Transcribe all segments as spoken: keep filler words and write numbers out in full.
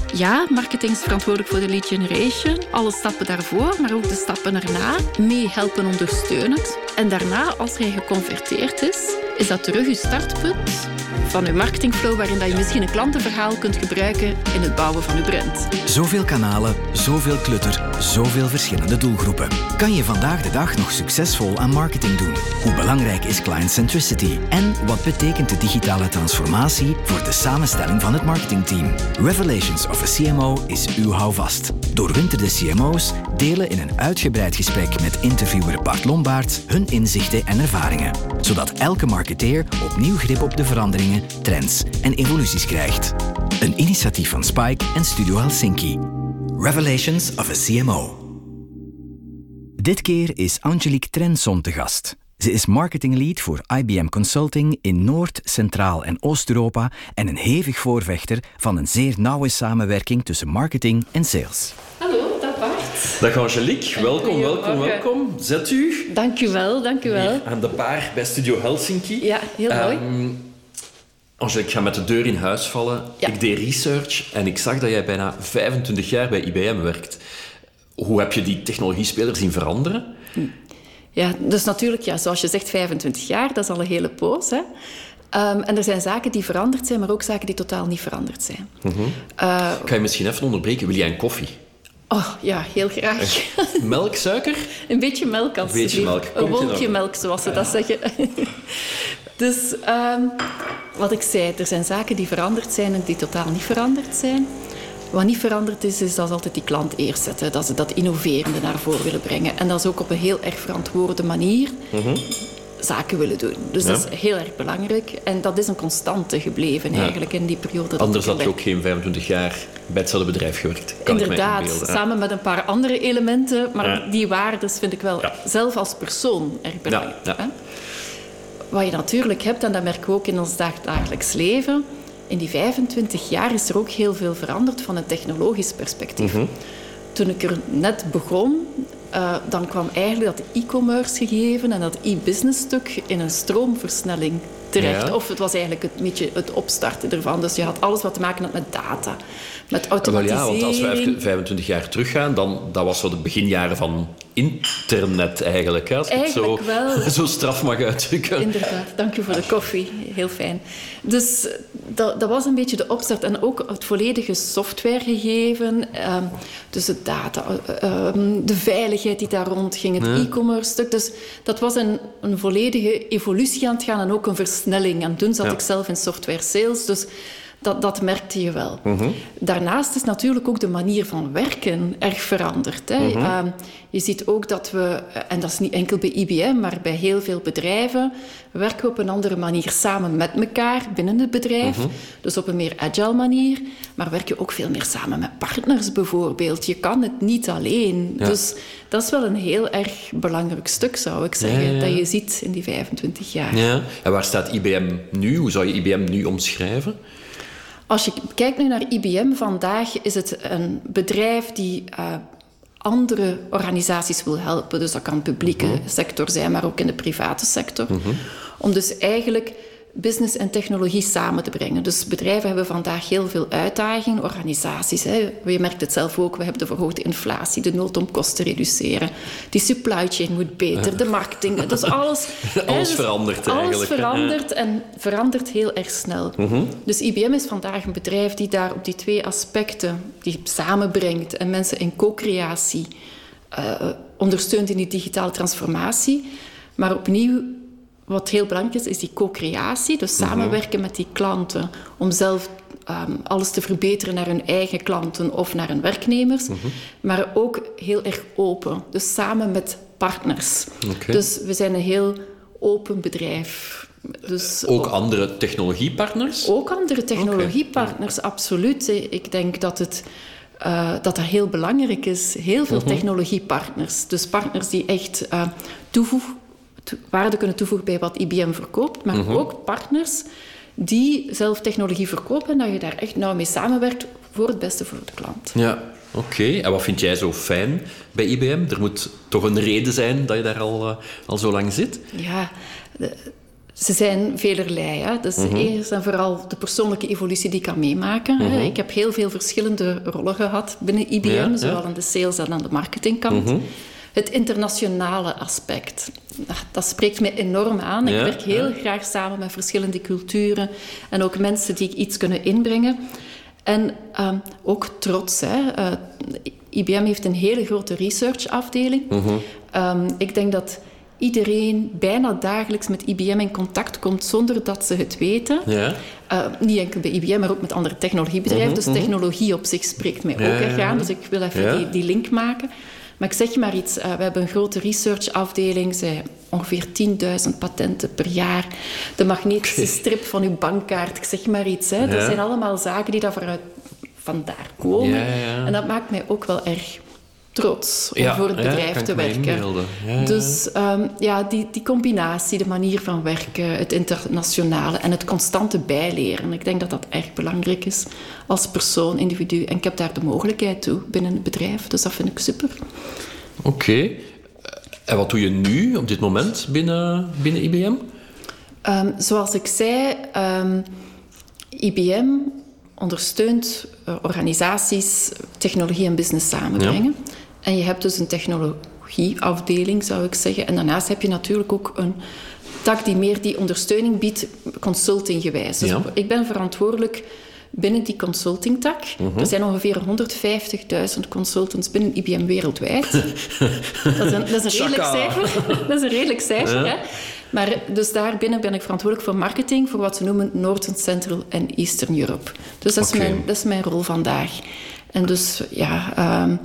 Ja, marketing is verantwoordelijk voor de lead generation. Alle stappen daarvoor, maar ook de stappen erna. Mee helpen ondersteunen. En daarna, als hij geconverteerd is, is dat terug uw startpunt van uw marketingflow, waarin dat je misschien een klantenverhaal kunt gebruiken in het bouwen van uw brand. Zoveel kanalen, zoveel klutter, zoveel verschillende doelgroepen. Kan je vandaag de dag nog succesvol aan marketing doen? Hoe belangrijk is client centricity? En wat betekent de digitale transformatie voor de samenstelling van het marketingteam? Revelations of a C M O is uw houvast. Doorwinterde C M O's delen in een uitgebreid gesprek met interviewer Bart Lombaerts hun inzichten en ervaringen, zodat elke marketeer opnieuw grip op de veranderingen, trends en evoluties krijgt. Een initiatief van Spike en Studio Helsinki. Revelations of a C M O. Dit keer is Angelique Trenson te gast. Ze is marketinglead voor I B M Consulting in Noord-, Centraal- en Oost-Europa en een hevig voorvechter van een zeer nauwe samenwerking tussen marketing en sales. Hallo, dag Bart. Dag Angelique, welkom, welkom, welkom. Zet u. Dank u wel, dank u wel. Hier aan de bar bij Studio Helsinki. Ja, heel mooi. Um, Angelique, ik ga met de deur in huis vallen. Ja. Ik deed research en ik zag dat jij bijna vijfentwintig jaar bij I B M werkt. Hoe heb je die technologiespeler zien veranderen? Ja, dus natuurlijk, ja, zoals je zegt, vijfentwintig jaar, dat is al een hele poos. Hè. Um, en er zijn zaken die veranderd zijn, maar ook zaken die totaal niet veranderd zijn. Mm-hmm. Uh, ik ga je misschien even onderbreken. Wil jij een koffie? Oh, ja, heel graag. Melk, suiker? Een beetje melk, als Een beetje melk. Een wolkje melk, zoals ze ja. dat zeggen. Dus, um, wat ik zei, er zijn zaken die veranderd zijn en die totaal niet veranderd zijn. Wat niet veranderd is, is dat ze altijd die klant eerst zetten. Dat ze dat innoverende naar voren willen brengen. En dat ze ook op een heel erg verantwoorde manier mm-hmm. zaken willen doen. Dus ja. dat is heel erg belangrijk. En dat is een constante gebleven ja. eigenlijk in die periode. Dat Anders had je ook geen vijfentwintig jaar bij hetzelfde bedrijf gewerkt. Kan Inderdaad, ik mij inbeelden, samen met een paar andere elementen. Maar ja. die waarden vind ik wel, ja. zelf als persoon, erg belangrijk. Ja. Ja. Wat je natuurlijk hebt, en dat merken we ook in ons dagelijks leven. In die vijfentwintig jaar is er ook heel veel veranderd van een technologisch perspectief. Mm-hmm. Toen ik er net begon, uh, dan kwam eigenlijk dat e-commerce gegeven en dat e-business stuk in een stroomversnelling terecht. Ja. Of het was eigenlijk het, beetje het opstarten ervan. Dus je had alles wat te maken had met data, met automatisering. Wel ja, want als we even vijfentwintig jaar teruggaan, dan dat was zo de beginjaren van internet eigenlijk. Hè? Als ik het zo, wel. zo straf mag uitdrukken. Inderdaad, dank u voor de koffie. Heel fijn. Dus dat, dat was een beetje de opstart. En ook het volledige softwaregegeven. Um, dus de data, um, de veiligheid die daar rondging, het ja. e-commerce stuk. Dus dat was een, een volledige evolutie aan het gaan en ook een versnelling. En toen zat ja. ik zelf in software sales, dus dat, dat merkte je wel. Mm-hmm. Daarnaast is natuurlijk ook de manier van werken erg veranderd. Hè. Mm-hmm. Uh, je ziet ook dat we, en dat is niet enkel bij I B M, maar bij heel veel bedrijven, werken we op een andere manier samen met elkaar binnen het bedrijf. Mm-hmm. Dus op een meer agile manier. Maar werk je ook veel meer samen met partners bijvoorbeeld. Je kan het niet alleen. Ja. Dus dat is wel een heel erg belangrijk stuk, zou ik zeggen, ja, ja, ja. dat je ziet in die vijfentwintig jaar. Ja. En waar staat I B M nu? Hoe zou je I B M nu omschrijven? Als je kijkt nu naar I B M vandaag, is het een bedrijf die uh, andere organisaties wil helpen. Dus dat kan publieke mm-hmm. sector zijn, maar ook in de private sector. Mm-hmm. Om dus eigenlijk business en technologie samen te brengen. Dus bedrijven hebben vandaag heel veel uitdagingen, organisaties. Hè. Je merkt het zelf ook, we hebben de verhoogde inflatie, de nood om kosten te reduceren. Die supply chain moet beter, de marketing. Dus alles, alles hè, verandert alles eigenlijk. Alles verandert en verandert heel erg snel. Mm-hmm. Dus I B M is vandaag een bedrijf die daar op die twee aspecten die samenbrengt en mensen in co-creatie uh, ondersteunt in die digitale transformatie. Maar opnieuw, wat heel belangrijk is, is die co-creatie. Dus samenwerken mm-hmm. met die klanten om zelf um, alles te verbeteren naar hun eigen klanten of naar hun werknemers. Mm-hmm. Maar ook heel erg open. Dus samen met partners. Okay. Dus we zijn een heel open bedrijf. Dus ook op, andere technologiepartners? Ook andere technologiepartners, okay. absoluut. Ik denk dat het... Uh, dat dat heel belangrijk is. Heel veel mm-hmm. technologiepartners. Dus partners die echt uh, toevoegen waarde kunnen toevoegen bij wat I B M verkoopt, maar mm-hmm. ook partners die zelf technologie verkopen en dat je daar echt nauw mee samenwerkt voor het beste voor de klant. Ja, oké. Okay. En wat vind jij zo fijn bij I B M? Er moet toch een reden zijn dat je daar al, uh, al zo lang zit? Ja, de, Ze zijn velerlei. Hè. Dus Mm-hmm. eerst en vooral de persoonlijke evolutie die ik kan meemaken. Mm-hmm. Ik heb heel veel verschillende rollen gehad binnen I B M, Ja, zowel ja. aan de sales en aan de marketingkant. Mm-hmm. Het internationale aspect, dat spreekt mij enorm aan. Ik Ja, werk heel ja. graag samen met verschillende culturen en ook mensen die iets kunnen inbrengen. En uh, ook trots. Hè. Uh, I B M heeft een hele grote researchafdeling. Mm-hmm. Um, ik denk dat iedereen bijna dagelijks met I B M in contact komt zonder dat ze het weten. Ja. Uh, niet enkel bij I B M, maar ook met andere technologiebedrijven. Mm-hmm. Dus technologie op zich spreekt mij Ja, ook erg ja, aan. ja. Dus ik wil even Ja. die, die link maken. Maar ik zeg je maar iets. Uh, we hebben een grote researchafdeling. Ze hebben ongeveer tienduizend patenten per jaar. De magnetische Okay. strip van uw bankkaart. Ik zeg maar iets. Hè. Dat Ja. zijn allemaal zaken die daar vanuit vandaar komen. Ja, ja. En dat maakt mij ook wel erg trots om Ja, voor het ja, bedrijf kan te ik me werken. inbeelden. Ja, ja. Dus um, ja, die, die combinatie, de manier van werken, het internationale en het constante bijleren. Ik denk dat dat erg belangrijk is als persoon, individu. En ik heb daar de mogelijkheid toe binnen het bedrijf. Dus dat vind ik super. Oké. Okay. En wat doe je nu, op dit moment, binnen, binnen I B M? Um, zoals ik zei, um, I B M ondersteunt uh, organisaties technologie en business samenbrengen. Ja. En je hebt dus een technologieafdeling, zou ik zeggen. En daarnaast heb je natuurlijk ook een tak die meer die ondersteuning biedt, consultinggewijs. Dus Ja. ik ben verantwoordelijk binnen die consultingtak. Uh-huh. Er zijn ongeveer honderdvijftigduizend consultants binnen I B M wereldwijd. dat, is een, dat is een redelijk cijfer. dat is een redelijk cijfer, ja. Hè? Maar dus daarbinnen ben ik verantwoordelijk voor marketing, voor wat ze noemen Northern, Central en Eastern Europe. Dus dat is, okay. mijn, dat is mijn rol vandaag. En dus, ja... Um,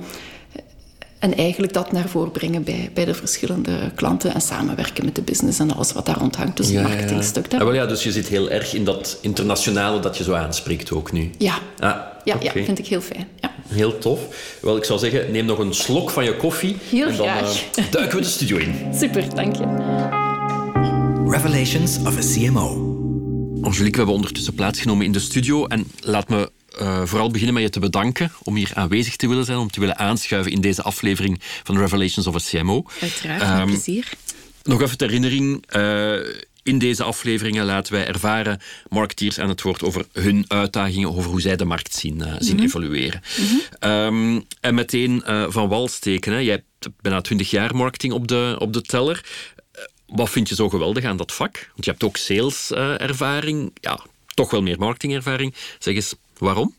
en eigenlijk dat naar voren brengen bij, bij de verschillende klanten en samenwerken met de business en alles wat daar rond hangt. Dus het ja, marketingstuk daar. Ja. Ah, wel ja, dus je zit heel erg in dat internationale dat je zo aanspreekt ook nu. Ja, ah, ja, okay. ja vind ik heel fijn. Ja. Heel tof. Wel, ik zou zeggen, neem nog een slok van je koffie. Heel en dan graag. Uh, duiken we de studio in. Super, dank je. Revelations of a C M O. Angelique, we hebben ondertussen plaatsgenomen in de studio. En laat me uh, vooral beginnen met je te bedanken om hier aanwezig te willen zijn, om te willen aanschuiven in deze aflevering van Revelations of a C M O. Uiteraard, met um, plezier. Nog even ter herinnering... Uh, In deze afleveringen laten wij ervaren marketeers aan het woord over hun uitdagingen, over hoe zij de markt zien, uh, zien mm-hmm. evolueren. Mm-hmm. Um, en meteen uh, van wal steken. Hè. Jij hebt bijna twintig jaar marketing op de, op de teller. Uh, wat vind je zo geweldig aan dat vak? Want je hebt ook sales-ervaring. Uh, ja, toch wel meer marketingervaring. Zeg eens, waarom?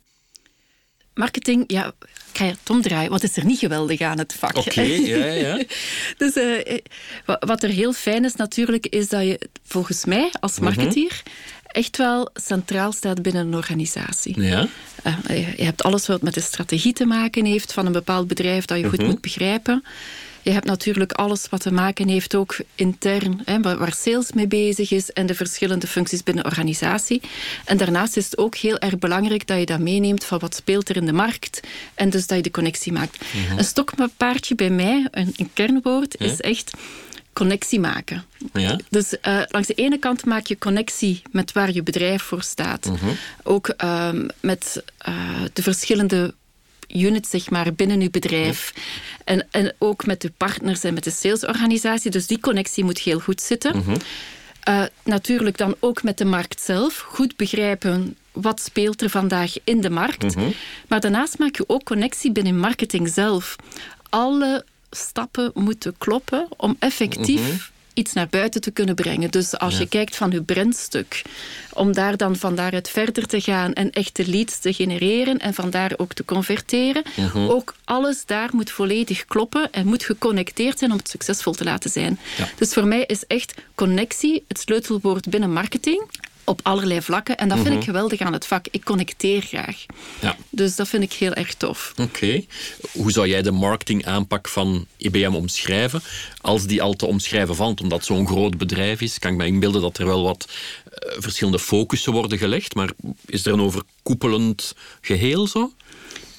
Marketing, ja, ik ga je het omdraaien. Wat is er niet geweldig aan het vak? Oké, okay, ja, ja. Dus uh, wat er heel fijn is natuurlijk, is dat je volgens mij als marketeer mm-hmm. echt wel centraal staat binnen een organisatie. Ja. Uh, je hebt alles wat met de strategie te maken heeft van een bepaald bedrijf dat je goed mm-hmm. moet begrijpen. Je hebt natuurlijk alles wat te maken heeft ook intern, hè, waar sales mee bezig is en de verschillende functies binnen de organisatie. En daarnaast is het ook heel erg belangrijk dat je dat meeneemt van wat speelt er in de markt en dus dat je de connectie maakt. Mm-hmm. Een stokpaardje bij mij, een, een kernwoord, ja. is echt connectie maken. Ja. Dus uh, langs de ene kant maak je connectie met waar je bedrijf voor staat. Mm-hmm. Ook uh, met uh, de verschillende unit, zeg maar, binnen uw bedrijf. Ja. En, en ook met de partners en met de salesorganisatie. Dus die connectie moet heel goed zitten. Mm-hmm. Uh, natuurlijk dan ook met de markt zelf. Goed begrijpen wat speelt er vandaag in de markt. Mm-hmm. Maar daarnaast maak je ook connectie binnen marketing zelf. Alle stappen moeten kloppen om effectief mm-hmm. iets naar buiten te kunnen brengen. Dus als ja. je kijkt van je brandstuk, om daar dan van daaruit verder te gaan en echte leads te genereren en vandaar ook te converteren. Uh-huh. Ook alles daar moet volledig kloppen en moet geconnecteerd zijn om het succesvol te laten zijn. Ja. Dus voor mij is echt connectie het sleutelwoord binnen marketing op allerlei vlakken. En dat vind uh-huh. ik geweldig aan het vak. Ik connecteer graag. Ja. Dus dat vind ik heel erg tof. Oké. Okay. Hoe zou jij de marketingaanpak van I B M omschrijven? Als die al te omschrijven valt, omdat het zo'n groot bedrijf is, kan ik me inbeelden dat er wel wat uh, verschillende focussen worden gelegd. Maar is er een overkoepelend geheel zo?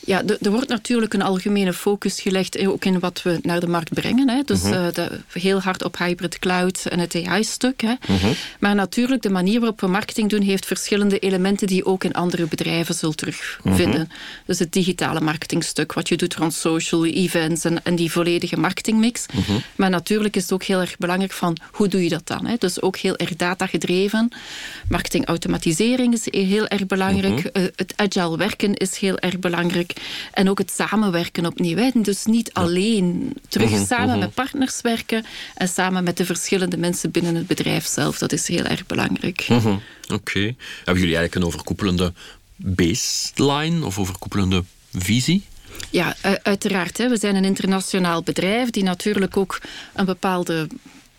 Ja, d- er wordt natuurlijk een algemene focus gelegd, ook in wat we naar de markt brengen. Hè. Dus uh-huh. uh, de, heel hard op hybrid cloud en het A I-stuk. Hè. Uh-huh. Maar natuurlijk, de manier waarop we marketing doen, heeft verschillende elementen die je ook in andere bedrijven zult terugvinden. Uh-huh. Dus het digitale marketingstuk, wat je doet rond social, events en, en die volledige marketingmix. Uh-huh. Maar natuurlijk is het ook heel erg belangrijk van, hoe doe je dat dan? Hè? Dus ook heel erg datagedreven. Marketingautomatisering is heel erg belangrijk. Uh-huh. Uh, het agile werken is heel erg belangrijk. En ook het samenwerken opnieuw. Hè? Dus niet ja. alleen terug uh-huh. samen uh-huh. met partners werken en samen met de verschillende mensen binnen het bedrijf zelf. Dat is heel erg belangrijk. Uh-huh. Oké. Okay. Hebben jullie eigenlijk een overkoepelende baseline of overkoepelende visie? Ja, uiteraard. Hè. We zijn een internationaal bedrijf die natuurlijk ook een bepaalde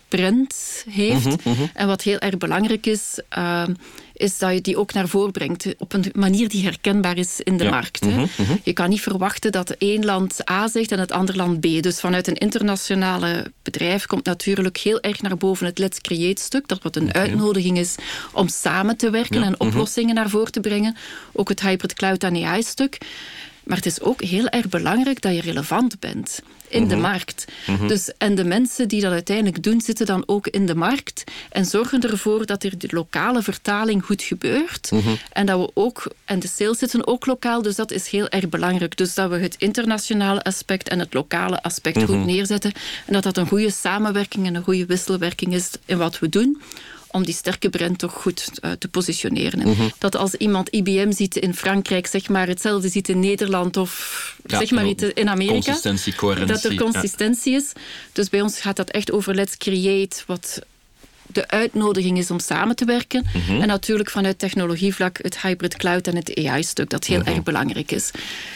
brand heeft. Uh-huh, uh-huh. En wat heel erg belangrijk is, uh, is dat je die ook naar voren brengt op een manier die herkenbaar is in de ja. markt. Hè. Uh-huh, uh-huh. Je kan niet verwachten dat één land A zegt en het andere land B. Dus vanuit een internationale bedrijf komt natuurlijk heel erg naar boven het Let's Create stuk, dat wat een okay. uitnodiging is om samen te werken ja. en oplossingen uh-huh. naar voren te brengen. Ook het hybrid cloud en A I stuk. Maar het is ook heel erg belangrijk dat je relevant bent in uh-huh. de markt. Uh-huh. Dus, en de mensen die dat uiteindelijk doen, zitten dan ook in de markt en zorgen ervoor dat er de lokale vertaling goed gebeurt. Uh-huh. En dat we ook, en de sales zitten ook lokaal, dus dat is heel erg belangrijk. Dus dat we het internationale aspect en het lokale aspect uh-huh. goed neerzetten. En dat dat een goede samenwerking en een goede wisselwerking is in wat we doen, om die sterke brand toch goed uh, te positioneren. Uh-huh. Dat als iemand I B M ziet in Frankrijk, zeg maar hetzelfde ziet in Nederland of ja, zeg maar iets in Amerika. Consistentie, coherentie. Dat er consistentie ja. is. Dus bij ons gaat dat echt over Let's Create, wat de uitnodiging is om samen te werken. Uh-huh. En natuurlijk vanuit technologievlak het hybrid cloud en het A I-stuk, dat heel uh-huh. erg belangrijk is.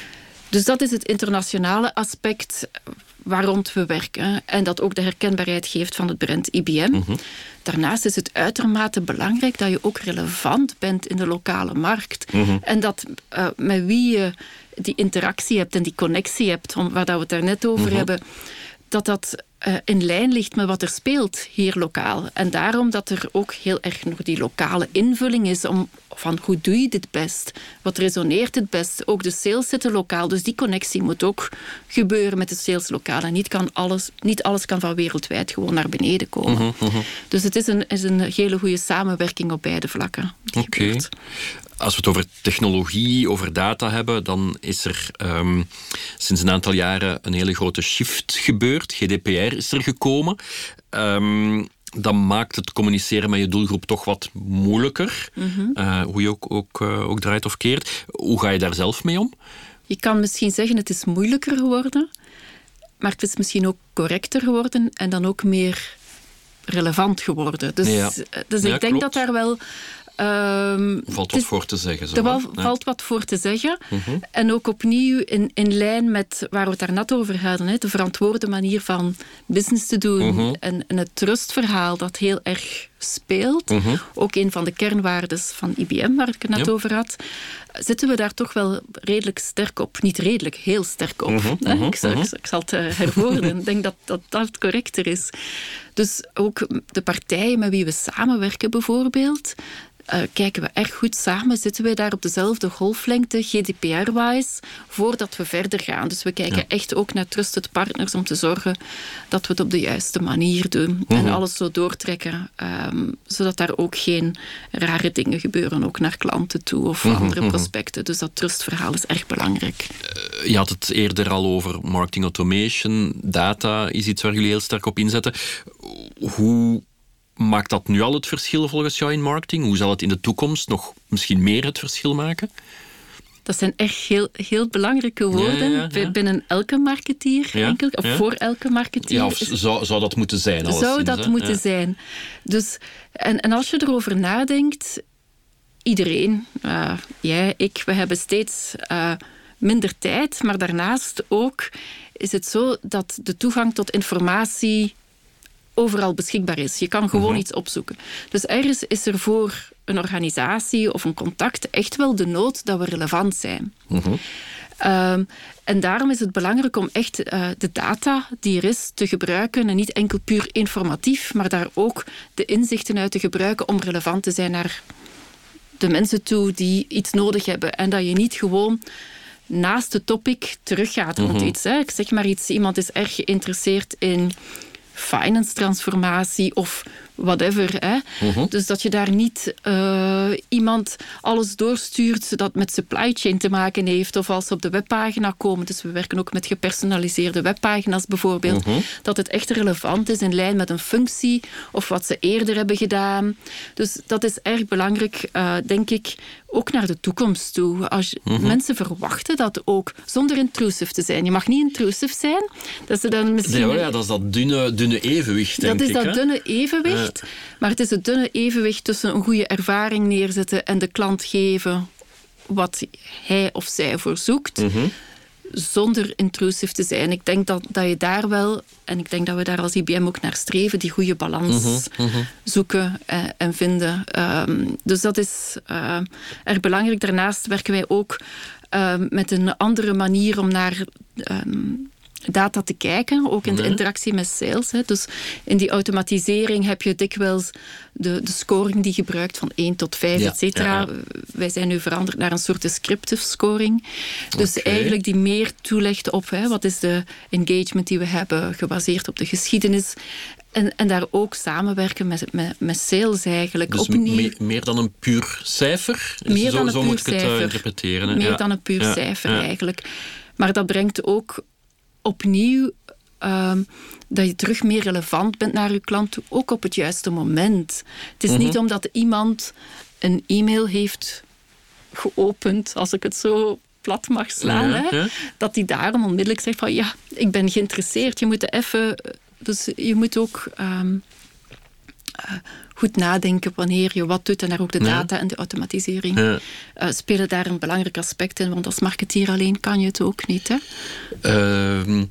Dus dat is het internationale aspect waar rond we werken. En dat ook de herkenbaarheid geeft van het brand I B M. Uh-huh. Daarnaast is het uitermate belangrijk dat je ook relevant bent in de lokale markt. Uh-huh. En dat uh, met wie je die interactie hebt en die connectie hebt, waar dat we het daarnet over uh-huh. hebben, dat dat uh, in lijn ligt met wat er speelt hier lokaal. En daarom dat er ook heel erg nog die lokale invulling is om van hoe doe je dit best? Wat resoneert het best? Ook de sales zitten lokaal, dus die connectie moet ook gebeuren met de sales lokaal. En niet, kan alles, niet alles kan van wereldwijd gewoon naar beneden komen. Uh-huh, uh-huh. Dus het is een, is een hele goede samenwerking op beide vlakken. Oké. Okay. Als we het over technologie, over data hebben, dan is er um, sinds een aantal jaren een hele grote shift gebeurd. G D P R is er gekomen. Um, dan maakt het communiceren met je doelgroep toch wat moeilijker. Mm-hmm. Uh, hoe je ook, ook, uh, ook draait of keert. Hoe ga je daar zelf mee om? Je kan misschien zeggen het is moeilijker geworden, maar het is misschien ook correcter geworden en dan ook meer relevant geworden. Dus, ja. dus ik ja, denk klopt. dat daar wel Um, valt wat is, voor te zeggen. Zo, er val, ja. valt wat voor te zeggen. Uh-huh. En ook opnieuw in, in lijn met waar we het daarnet over hadden. Hè, de verantwoorde manier van business te doen. Uh-huh. En, en het trustverhaal dat heel erg speelt. Uh-huh. Ook een van de kernwaardes van I B M, waar ik het net ja. over had. Zitten we daar toch wel redelijk sterk op. Niet redelijk, heel sterk op. Uh-huh. Hè? Uh-huh. Ik, zal, ik, ik zal het uh, herwoorden. Ik denk dat, dat dat correcter is. Dus ook de partijen met wie we samenwerken bijvoorbeeld, Uh, kijken we erg goed samen, zitten wij daar op dezelfde golflengte, G D P R-wise, voordat we verder gaan. Dus we kijken ja. echt ook naar trusted partners om te zorgen dat we het op de juiste manier doen. Mm-hmm. En alles zo doortrekken, um, zodat daar ook geen rare dingen gebeuren, ook naar klanten toe of mm-hmm. andere prospecten. Dus dat trustverhaal is erg belangrijk. Uh, je had het eerder al over marketing automation. Data is iets waar jullie heel sterk op inzetten. Hoe maakt dat nu al het verschil volgens jou in marketing? Hoe zal het in de toekomst nog misschien meer het verschil maken? Dat zijn echt heel, heel belangrijke woorden ja, ja, ja. binnen elke marketeer, ja, eigenlijk, of ja. voor elke marketeer. Ja, of zou, zou dat moeten zijn? Zou dat hè? moeten ja. zijn. Dus, en, en als je erover nadenkt, iedereen, uh, jij, ik, we hebben steeds uh, minder tijd, maar daarnaast ook is het zo dat de toegang tot informatie overal beschikbaar is. Je kan gewoon uh-huh. iets opzoeken. Dus ergens is er voor een organisatie of een contact echt wel de nood dat we relevant zijn. Uh-huh. Um, en daarom is het belangrijk om echt uh, de data die er is te gebruiken en niet enkel puur informatief, maar daar ook de inzichten uit te gebruiken om relevant te zijn naar de mensen toe die iets nodig hebben. En dat je niet gewoon naast het topic teruggaat rond Mm-hmm. iets. Hè. Ik zeg maar iets, iemand is erg geïnteresseerd in finance transformatie of whatever. Hè. Mm-hmm. Dus dat je daar niet uh, iemand alles doorstuurt dat met supply chain te maken heeft of als ze op de webpagina komen. Dus we werken ook met gepersonaliseerde webpagina's bijvoorbeeld. Mm-hmm. Dat het echt relevant is in lijn met een functie of wat ze eerder hebben gedaan. Dus dat is erg belangrijk, uh, denk ik, ook naar de toekomst toe. Als mm-hmm. mensen verwachten dat ook, zonder intrusive te zijn. Je mag niet intrusive zijn. Dat ze dan misschien... Nee, ja, dat is dat dunne, dunne evenwicht, denk dat ik. Dat is dat hè? dunne evenwicht. Ja. Maar het is het dunne evenwicht tussen een goede ervaring neerzetten en de klant geven wat hij of zij voor zoekt. Mm-hmm. Zonder intrusief te zijn. Ik denk dat, dat je daar wel, en ik denk dat we daar als I B M ook naar streven, die goede balans mm-hmm, mm-hmm. zoeken en, en vinden. Um, dus dat is uh, erg belangrijk. Daarnaast werken wij ook uh, met een andere manier om naar um, data te kijken, ook in de interactie met sales. Hè. Dus in die automatisering heb je dikwijls de, de scoring die gebruikt van één tot vijf, ja, et cetera. Ja, ja. Wij zijn nu veranderd naar een soort descriptive scoring. Dus okay. eigenlijk die meer toelegt op hè, wat is de engagement die we hebben, gebaseerd op de geschiedenis. En, en daar ook samenwerken met, met, met sales eigenlijk. Dus Opnieuw, me, meer dan een puur cijfer? Meer zo dan een zo puur moet ik cijfer. het uh, interpreteren. Hè? Meer ja. dan een puur ja. cijfer ja. eigenlijk. Maar dat brengt ook opnieuw um, dat je terug meer relevant bent naar je klant toe, ook op het juiste moment. Het is mm-hmm. niet omdat iemand een e-mail heeft geopend, als ik het zo plat mag slaan, ja, hè, ja. dat hij daarom onmiddellijk zegt van ja, ik ben geïnteresseerd. Je moet even... Dus je moet ook um, uh, goed nadenken wanneer je wat doet en daar ook de data ja. en de automatisering ja. uh, spelen daar een belangrijk aspect in, want als marketeer alleen kan je het ook niet, hè? Uh,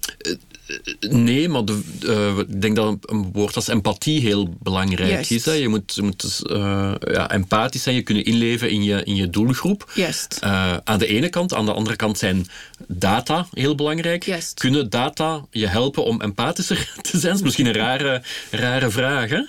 nee, maar de, uh, ik denk dat een woord als empathie heel belangrijk Juist. is. Hè. Je moet, je moet dus, uh, ja, empathisch zijn, je kunnen inleven in je, in je doelgroep. Juist. Uh, aan de ene kant, aan de andere kant zijn data heel belangrijk. Juist. Kunnen data je helpen om empathischer te zijn? Dat is misschien een rare, rare vraag, hè?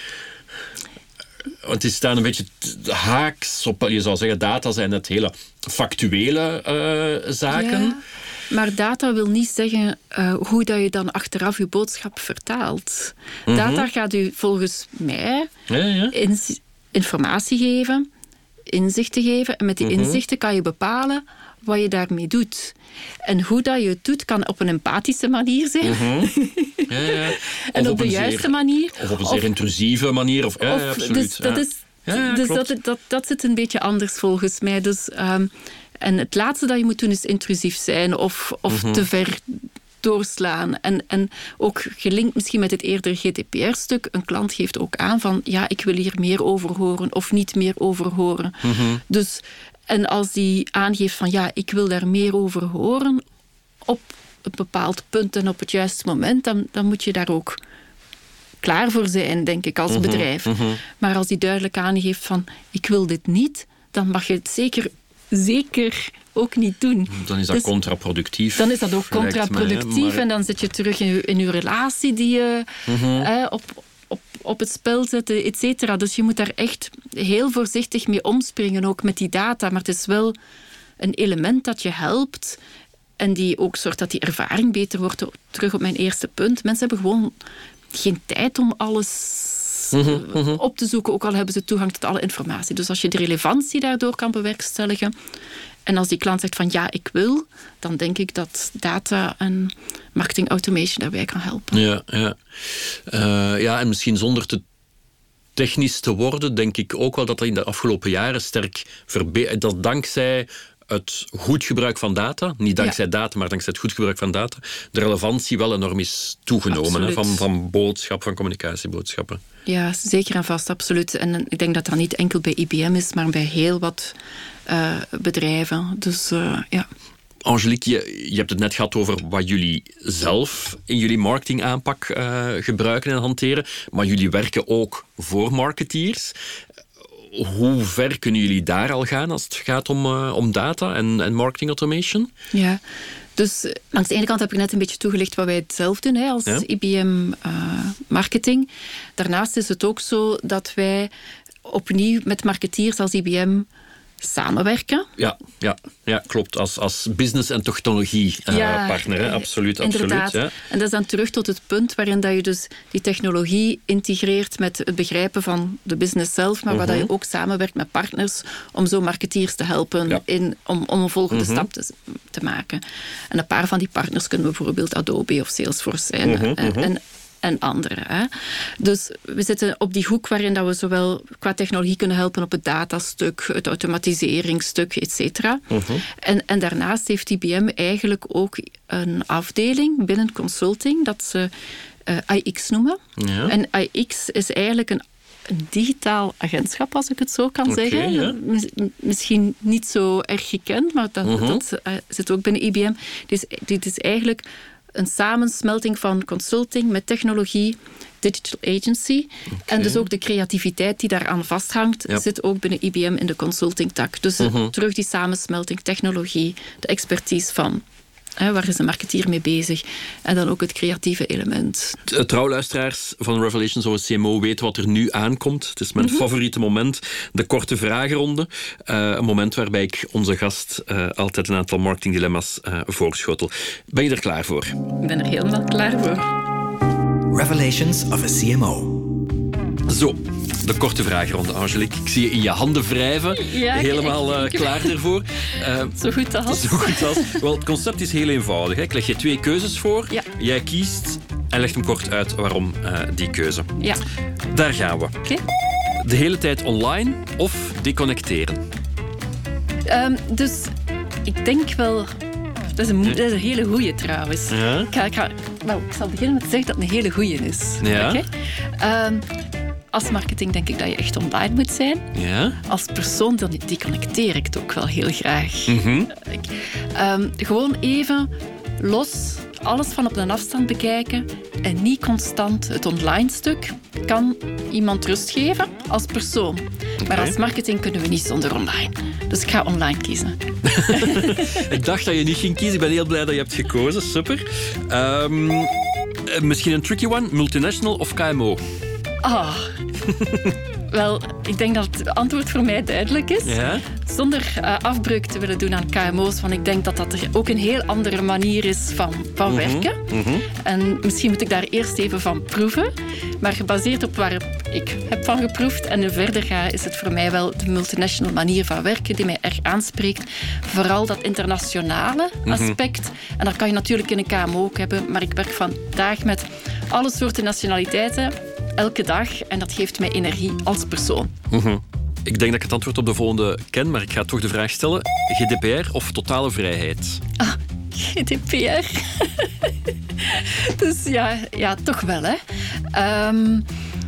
Want die staan een beetje haaks op, je zou zeggen, data zijn het hele factuele uh, zaken. Ja, maar data wil niet zeggen uh, hoe dat je dan achteraf je boodschap vertaalt. Mm-hmm. Data gaat u volgens mij ja, ja. In, informatie geven, inzichten geven. En met die mm-hmm. inzichten kan je bepalen wat je daarmee doet. En hoe dat je het doet, kan op een empathische manier zijn. Mm-hmm. Ja, ja. En op, op de juiste zeer, manier. Of op een zeer of, intrusieve manier. Of, ja, of, ja, absoluut. Dus, dat, is, ja, ja, dus dat, dat, dat zit een beetje anders volgens mij. Dus, um, en het laatste dat je moet doen is intrusief zijn of, of mm-hmm. te ver doorslaan. En, en ook gelinkt misschien met het eerdere G D P R-stuk. Een klant geeft ook aan van ja, ik wil hier meer over horen of niet meer over horen. Mm-hmm. Dus... En als die aangeeft van ja, ik wil daar meer over horen op een bepaald punt en op het juiste moment, dan, dan moet je daar ook klaar voor zijn, denk ik, als mm-hmm, bedrijf. Mm-hmm. Maar als die duidelijk aangeeft van ik wil dit niet, dan mag je het zeker, zeker ook niet doen. Dan is dat dus, contraproductief. Dan is dat ook contraproductief mij, maar... en dan zit je terug in je, in je relatie die je mm-hmm. eh, op... Op, op het spel zetten, et cetera. Dus je moet daar echt heel voorzichtig mee omspringen, ook met die data. Maar het is wel een element dat je helpt en die ook zorgt dat die ervaring beter wordt. Terug op mijn eerste punt. Mensen hebben gewoon geen tijd om alles mm-hmm, mm-hmm. op te zoeken, ook al hebben ze toegang tot alle informatie. Dus als je de relevantie daardoor kan bewerkstelligen en als die klant zegt van ja, ik wil, dan denk ik dat data en marketing automation daarbij kan helpen. Ja, ja. Uh, ja en misschien zonder te technisch te worden, denk ik ook wel dat dat in de afgelopen jaren sterk verbeterd, dat dankzij het goed gebruik van data, niet dankzij ja. data, maar dankzij het goed gebruik van data, de relevantie wel enorm is toegenomen hè, van, van boodschap, van communicatieboodschappen. Ja, zeker en vast, absoluut. En ik denk dat dat niet enkel bij I B M is, maar bij heel wat uh, bedrijven. Dus uh, ja. Angelique, je, je hebt het net gehad over wat jullie zelf in jullie marketingaanpak uh, gebruiken en hanteren, maar jullie werken ook voor marketeers. Hoe ver kunnen jullie daar al gaan als het gaat om, uh, om data en, en marketing automation? Ja, dus langs de ene kant heb ik net een beetje toegelicht wat wij zelf doen hè, als ja. I B M uh, marketing. Daarnaast is het ook zo dat wij opnieuw met marketeers als I B M samenwerken. Ja, ja, ja klopt. Als, als business- en technologiepartner, uh, ja, absoluut. Inderdaad. absoluut ja. En dat is dan terug tot het punt waarin dat je dus die technologie integreert met het begrijpen van de business zelf, maar uh-huh. waar dat je ook samenwerkt met partners om zo marketeers te helpen ja. in, om, om een volgende uh-huh. stap te, te maken. En een paar van die partners kunnen bijvoorbeeld Adobe of Salesforce zijn. Uh-huh. En, en, en anderen. Hè. Dus we zitten op die hoek waarin dat we zowel qua technologie kunnen helpen op het datastuk, het automatiseringsstuk, et cetera. Uh-huh. En, en daarnaast heeft I B M eigenlijk ook een afdeling binnen consulting dat ze uh, I X noemen. Ja. En I X is eigenlijk een Een digitaal agentschap, als ik het zo kan okay, zeggen. Ja. Misschien niet zo erg gekend, maar dat, uh-huh. dat uh, zit ook binnen I B M. Dit is, dit is eigenlijk een samensmelting van consulting met technologie, digital agency. Okay. En dus ook de creativiteit die daaraan vasthangt, ja. zit ook binnen I B M in de consulting-tak. Dus uh-huh. terug die samensmelting, technologie, de expertise van... He, waar is de marketeer mee bezig? En dan ook het creatieve element. De trouwluisteraars van Revelations over C M O weten wat er nu aankomt. Het is mijn mm-hmm. favoriete moment. De korte vragenronde. Uh, een moment waarbij ik onze gast uh, altijd een aantal marketingdilemma's uh, voorschotel. Ben je er klaar voor? Ik ben er helemaal klaar voor. Revelations of a C M O. Zo, de korte vragenronde, Angelique. Ik zie je in je handen wrijven. Ja, helemaal uh, klaar ervoor. Uh, zo goed als. Zo goed als. Wel, het concept is heel eenvoudig. Hè. Ik leg je twee keuzes voor. Ja. Jij kiest en legt hem kort uit waarom uh, die keuze. Ja. Daar gaan we. Okay. De hele tijd online of deconnecteren? Um, dus ik denk wel... Dat is een, dat is een hele goeie trouwens. Ja. Ik, ga, ik, ga, wel, ik zal beginnen met te zeggen dat het een hele goeie is. Ja. Okay? Um, als marketing denk ik dat je echt online moet zijn. Ja. Als persoon dan deconnecteer ik het ook wel heel graag. Mm-hmm. Ik, um, gewoon even los, alles van op een afstand bekijken en niet constant het online stuk. Kan iemand rust geven als persoon. Okay. Maar als marketing kunnen we niet zonder online. Dus ik ga online kiezen. Ik dacht dat je niet ging kiezen. Ik ben heel blij dat je hebt gekozen. Super. Um, misschien een tricky one. Multinational of K M O? Ah, wel, ik denk dat het antwoord voor mij duidelijk is. Ja? Zonder uh, afbreuk te willen doen aan K M O's, want ik denk dat dat er ook een heel andere manier is van, van mm-hmm. werken. Mm-hmm. En misschien moet ik daar eerst even van proeven. Maar gebaseerd op waar ik heb van geproefd en verder ga, is het voor mij wel de multinational manier van werken die mij erg aanspreekt. Vooral dat internationale aspect. Mm-hmm. En dat kan je natuurlijk in een K M O ook hebben, maar ik werk vandaag met alle soorten nationaliteiten. Elke dag. En dat geeft mij energie als persoon. Mm-hmm. Ik denk dat ik het antwoord op de volgende ken, maar ik ga toch de vraag stellen. G D P R of totale vrijheid? Ah, G D P R. Dus ja, ja, toch wel, hè. Um,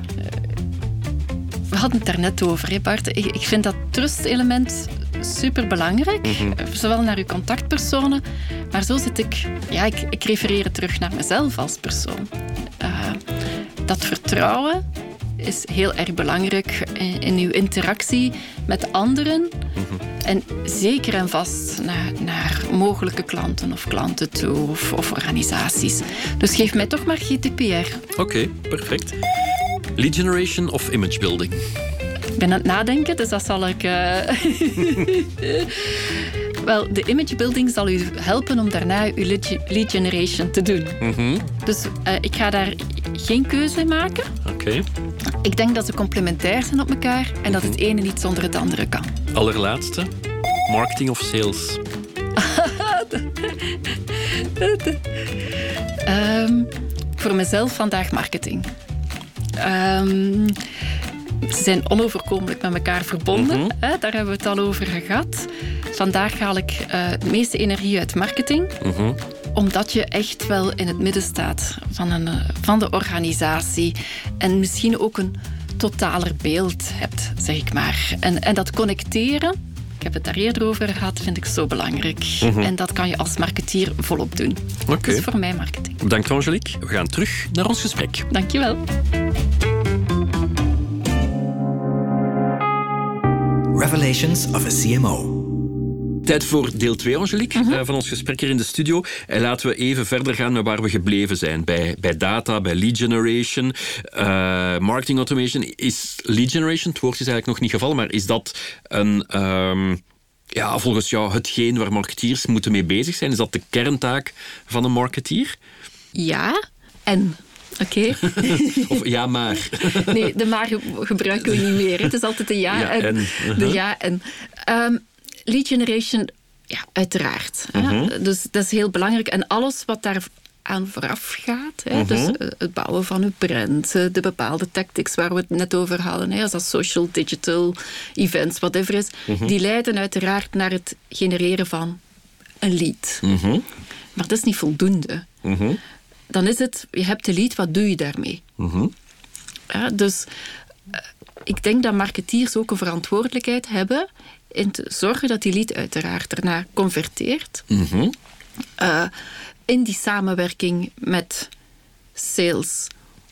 we hadden het daar net over, hè, Bart. Ik, ik vind dat trust-element superbelangrijk. Mm-hmm. Zowel naar uw contactpersonen, maar zo zit ik... Ja, ik, ik refereer terug naar mezelf als persoon. Uh, Dat vertrouwen is heel erg belangrijk in, in uw interactie met anderen. Mm-hmm. En zeker en vast naar, naar mogelijke klanten of klanten toe of, of organisaties. Dus geef mij toch maar G D P R. Oké, okay, perfect. Lead generation of image building? Ik ben aan het nadenken, dus dat zal ik... Uh... Wel, de image building zal u helpen om daarna uw lead generation te doen. Mm-hmm. Dus uh, ik ga daar geen keuze in maken. Oké. Okay. Ik denk dat ze complementair zijn op elkaar en mm-hmm. dat het ene niet zonder het andere kan. Allerlaatste, marketing of sales? um, voor mezelf vandaag marketing. Um, ze zijn onoverkomelijk met elkaar verbonden. Mm-hmm. Hè? Daar hebben we het al over gehad. Vandaag haal ik uh, de meeste energie uit marketing. Mm-hmm. Omdat je echt wel in het midden staat van, een, van de organisatie. En misschien ook een totaler beeld hebt, zeg ik maar. En, en dat connecteren, ik heb het daar eerder over gehad, vind ik zo belangrijk. Mm-hmm. En dat kan je als marketeer volop doen. Okay. Dat is voor mij marketing. Bedankt, Angelique. We gaan terug naar ons gesprek. Dank je wel. Revelations of a C M O. Tijd voor deel twee, Angelique, Uh-huh. uh, van ons gesprek hier in de studio. En laten we even verder gaan met waar we gebleven zijn. Bij, bij data, bij lead generation, uh, marketing automation. Is lead generation, het woord is eigenlijk nog niet gevallen, maar is dat een, um, ja, volgens jou hetgeen waar marketeers moeten mee bezig zijn? Is dat de kerntaak van een marketeer? Ja, en... Oké. Okay. Of ja, maar. Nee, de maar gebruiken we niet meer. Het is altijd de ja, ja en. en. Uh-huh. De ja en. Um, lead generation, ja, uiteraard. Uh-huh. Hè? Dus dat is heel belangrijk. En alles wat daar aan vooraf gaat, hè? Uh-huh. Dus uh, het bouwen van uw brand, uh, de bepaalde tactics waar we het net over hadden, hè? Als dat social, digital, events, whatever is, uh-huh. die leiden uiteraard naar het genereren van een lead. Uh-huh. Maar dat is niet voldoende. Uh-huh. Dan is het, je hebt de lead, wat doe je daarmee? Uh-huh. Ja, dus uh, ik denk dat marketeers ook een verantwoordelijkheid hebben in te zorgen dat die lead uiteraard daarna converteert. Uh-huh. Uh, in die samenwerking met sales.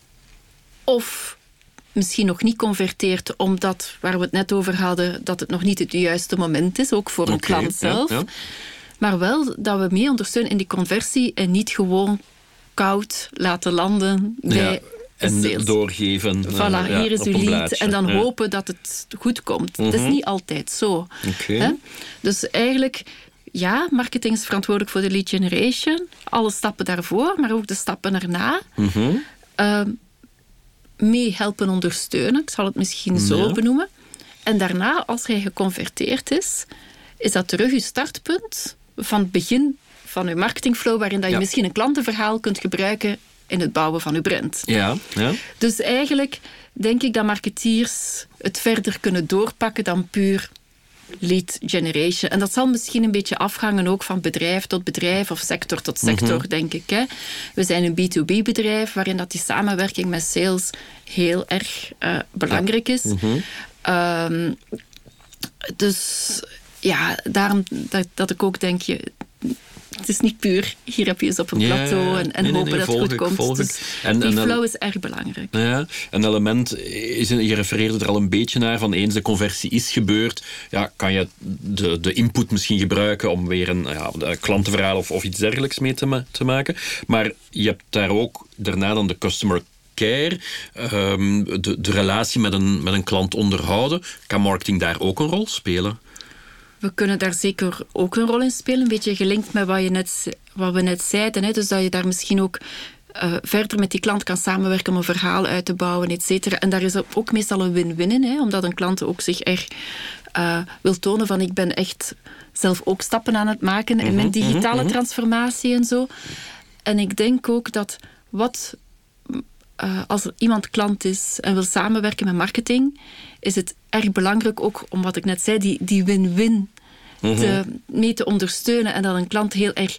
Of misschien nog niet converteert, omdat, waar we het net over hadden, dat het nog niet het juiste moment is, ook voor een okay, klant zelf. Ja, ja. Maar wel dat we mee ondersteunen in die conversie en niet gewoon koud laten landen bij ja, en sales. Doorgeven. Voilà, uh, ja, hier is uw lead. blaadje. En dan ja. hopen dat het goed komt. Uh-huh. Dat is niet altijd zo. Okay. Hè? Dus eigenlijk, ja, marketing is verantwoordelijk voor de lead generation. Alle stappen daarvoor, maar ook de stappen erna. Uh-huh. Uh, mee helpen ondersteunen. Ik zal het misschien zo ja. benoemen. En daarna, als hij geconverteerd is, is dat terug uw startpunt van het begin van uw marketingflow, waarin dat je ja. misschien een klantenverhaal kunt gebruiken in het bouwen van uw brand. Ja, ja. Dus eigenlijk denk ik dat marketeers het verder kunnen doorpakken dan puur lead generation. En dat zal misschien een beetje afhangen ook van bedrijf tot bedrijf of sector tot sector, mm-hmm. denk ik. Hè. We zijn een B to B bedrijf waarin dat die samenwerking met sales heel erg uh, belangrijk is. Mm-hmm. Um, dus ja, daarom dat, dat ik ook denk, je, het is niet puur, hier heb je eens op een ja, plateau en, en nee, hopen nee, nee, dat het goed ik, komt. Dus en, die en, flow is erg belangrijk. Ja, een element, is, je refereerde er al een beetje naar, van eens de conversie is gebeurd, ja, kan je de, de input misschien gebruiken om weer een ja, een klantenverhaal of, of iets dergelijks mee te, ma- te maken. Maar je hebt daar ook daarna dan de customer care, um, de, de relatie met een, met een klant onderhouden. Kan marketing daar ook een rol spelen? We kunnen daar zeker ook een rol in spelen. Een beetje gelinkt met wat, je net, wat we net zeiden. Hè? Dus dat je daar misschien ook uh, verder met die klant kan samenwerken om een verhaal uit te bouwen, et cetera. En daar is ook meestal een win-win in. Hè? Omdat een klant ook zich echt uh, wil tonen van ik ben echt zelf ook stappen aan het maken in mijn digitale mm-hmm. transformatie en zo. En ik denk ook dat wat... Uh, als er iemand klant is en wil samenwerken met marketing, is het erg belangrijk ook, om wat ik net zei, die, die win-win mm-hmm. te, mee te ondersteunen en dat een klant heel erg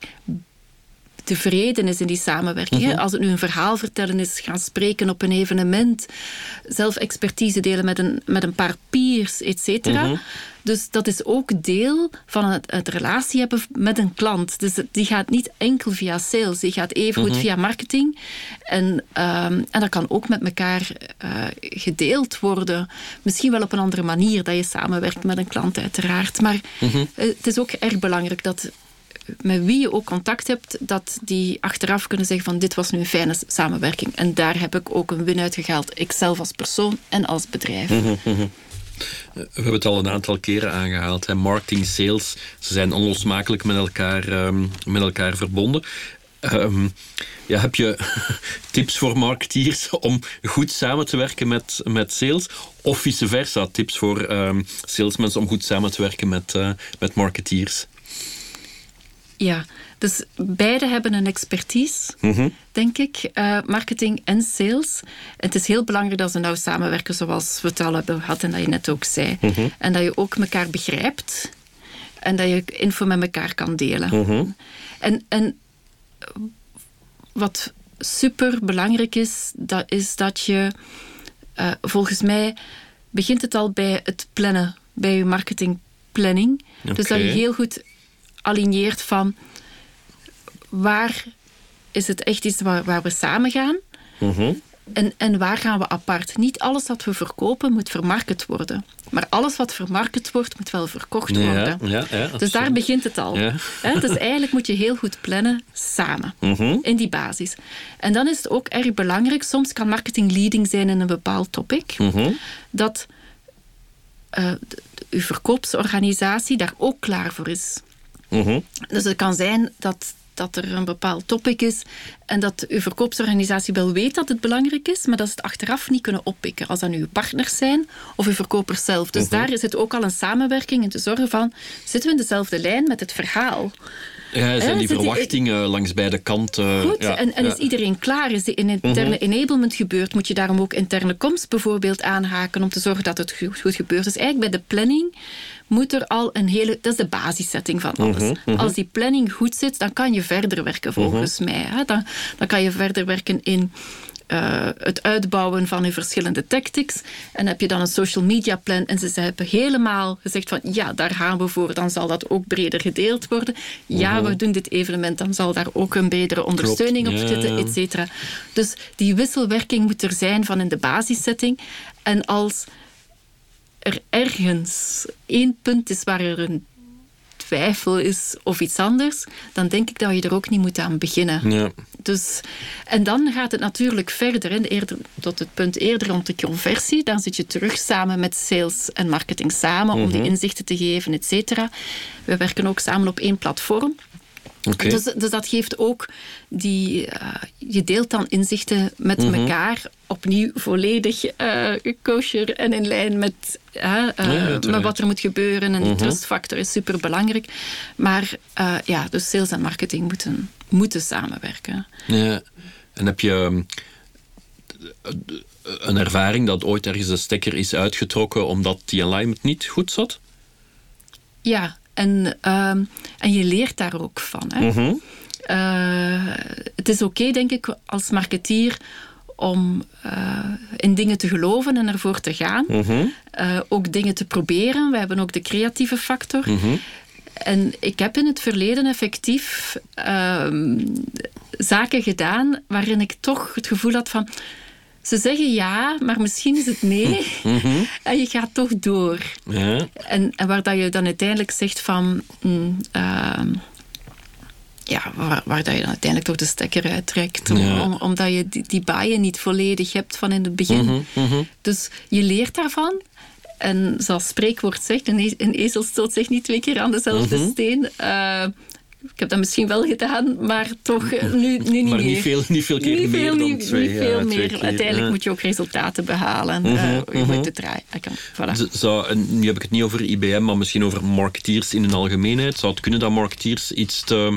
tevreden is in die samenwerking. Mm-hmm. Als het nu een verhaal vertellen is, gaan spreken op een evenement, zelf expertise delen met een, met een paar peers, et cetera. Mm-hmm. Dus dat is ook deel van het, het relatie hebben met een klant. Dus die gaat niet enkel via sales, die gaat evengoed mm-hmm. via marketing. En, um, en dat kan ook met elkaar uh, gedeeld worden. Misschien wel op een andere manier, dat je samenwerkt met een klant uiteraard. Maar mm-hmm. uh, het is ook erg belangrijk dat met wie je ook contact hebt, dat die achteraf kunnen zeggen van dit was nu een fijne samenwerking. En daar heb ik ook een win uit gehaald. Ikzelf als persoon en als bedrijf. Mm-hmm. We hebben het al een aantal keren aangehaald. Hè. Marketing, sales, ze zijn onlosmakelijk met elkaar, um, met elkaar verbonden. Um, ja, heb je tips voor marketeers om goed samen te werken met, met sales? Of vice versa, tips voor um, salesmensen om goed samen te werken met, uh, met marketeers? Ja, dus beide hebben een expertise, mm-hmm. denk ik, uh, marketing en sales. Het is heel belangrijk dat ze nauw samenwerken, zoals we het al hebben gehad en dat je net ook zei. Mm-hmm. En dat je ook elkaar begrijpt en dat je info met elkaar kan delen. Mm-hmm. En, en wat super belangrijk is, dat is dat je, uh, volgens mij, begint het al bij het plannen, bij je marketingplanning. Okay. Dus dat je heel goed aligneert van waar is het echt iets waar, waar we samen gaan. Mm-hmm. En, en waar gaan we apart? Niet alles wat we verkopen moet vermarkt worden. Maar alles wat vermarkt wordt, moet wel verkocht worden. Ja, ja, ja, dus daar begint het al. Ja. He, dus eigenlijk moet je heel goed plannen samen. Uh-huh. In die basis. En dan is het ook erg belangrijk. Soms kan marketing leading zijn in een bepaald topic. Uh-huh. Dat uh, uw verkoopsorganisatie daar ook klaar voor is. Uh-huh. Dus het kan zijn dat... dat er een bepaald topic is en dat uw verkoopsorganisatie wel weet dat het belangrijk is, maar dat ze het achteraf niet kunnen oppikken. Als dat nu uw partners zijn of uw verkopers zelf. Dus uh-huh. daar is het ook al een samenwerking in te zorgen van, zitten we in dezelfde lijn met het verhaal? Ja, zijn die verwachtingen langs beide kanten... Goed, ja, en, en ja. is iedereen klaar? Is de interne uh-huh. enablement gebeurd? Moet je daarom ook interne komst bijvoorbeeld aanhaken om te zorgen dat het goed gebeurt? Dus eigenlijk bij de planning moet er al een hele... Dat is de basissetting van alles. Uh-huh, uh-huh. Als die planning goed zit, dan kan je verder werken volgens uh-huh. mij. Hè? Dan, dan kan je verder werken in... Uh, het uitbouwen van hun verschillende tactics. En heb je dan een social media plan en ze hebben helemaal gezegd van ja, daar gaan we voor, dan zal dat ook breder gedeeld worden. Ja, uh-huh. we doen dit evenement, dan zal daar ook een bredere ondersteuning Klopt. op zitten, et cetera. Dus die wisselwerking moet er zijn van in de basissetting. En als er ergens één punt is waar er een twijfel is of iets anders, dan denk ik dat je er ook niet moet aan beginnen. Ja. Dus, en dan gaat het natuurlijk verder, hè, eerder, tot het punt eerder rond de conversie. Dan zit je terug samen met sales en marketing samen mm-hmm. om die inzichten te geven, et cetera. We werken ook samen op één platform. Okay. Dus, dus dat geeft ook die... Uh, je deelt dan inzichten met mm-hmm. elkaar. Opnieuw volledig uh, kosher en in lijn met, uh, uh, ja, met wat er moet gebeuren. En mm-hmm. die trustfactor is superbelangrijk. Maar uh, ja, dus sales en marketing moeten, moeten samenwerken. Ja. En heb je een ervaring dat ooit ergens de stekker is uitgetrokken omdat die alignment niet goed zat? Ja. En, uh, en je leert daar ook van. Hè? Uh-huh. Uh, het is oké, okay, denk ik, als marketeer om uh, in dingen te geloven en ervoor te gaan. Uh-huh. Uh, ook dingen te proberen. We hebben ook de creatieve factor. Uh-huh. En ik heb in het verleden effectief uh, zaken gedaan waarin ik toch het gevoel had van... Ze zeggen ja, maar misschien is het nee. Mm-hmm. En je gaat toch door. Ja. En, en waar dat je dan uiteindelijk zegt van... Mm, uh, ja, waar, waar dat je dan uiteindelijk toch de stekker uittrekt. Om, ja. om, omdat je die, die baaien niet volledig hebt van in het begin. Mm-hmm. Mm-hmm. Dus je leert daarvan. En zoals spreekwoord zegt, een, e- een ezel stoot zich niet twee keer aan dezelfde mm-hmm. steen. Uh, Ik heb dat misschien wel gedaan, maar toch nu, nu niet maar meer. Niet veel, niet veel keer niet meer veel, dan niet, twee. Niet veel ja, meer. Keer, Uiteindelijk ja. moet je ook resultaten behalen. Uh-huh, uh, je uh-huh. moet het draaien. Kan, voilà. Zou, en nu heb ik het niet over I B M, maar misschien over marketeers in de algemeenheid. Zou het kunnen dat marketeers iets te...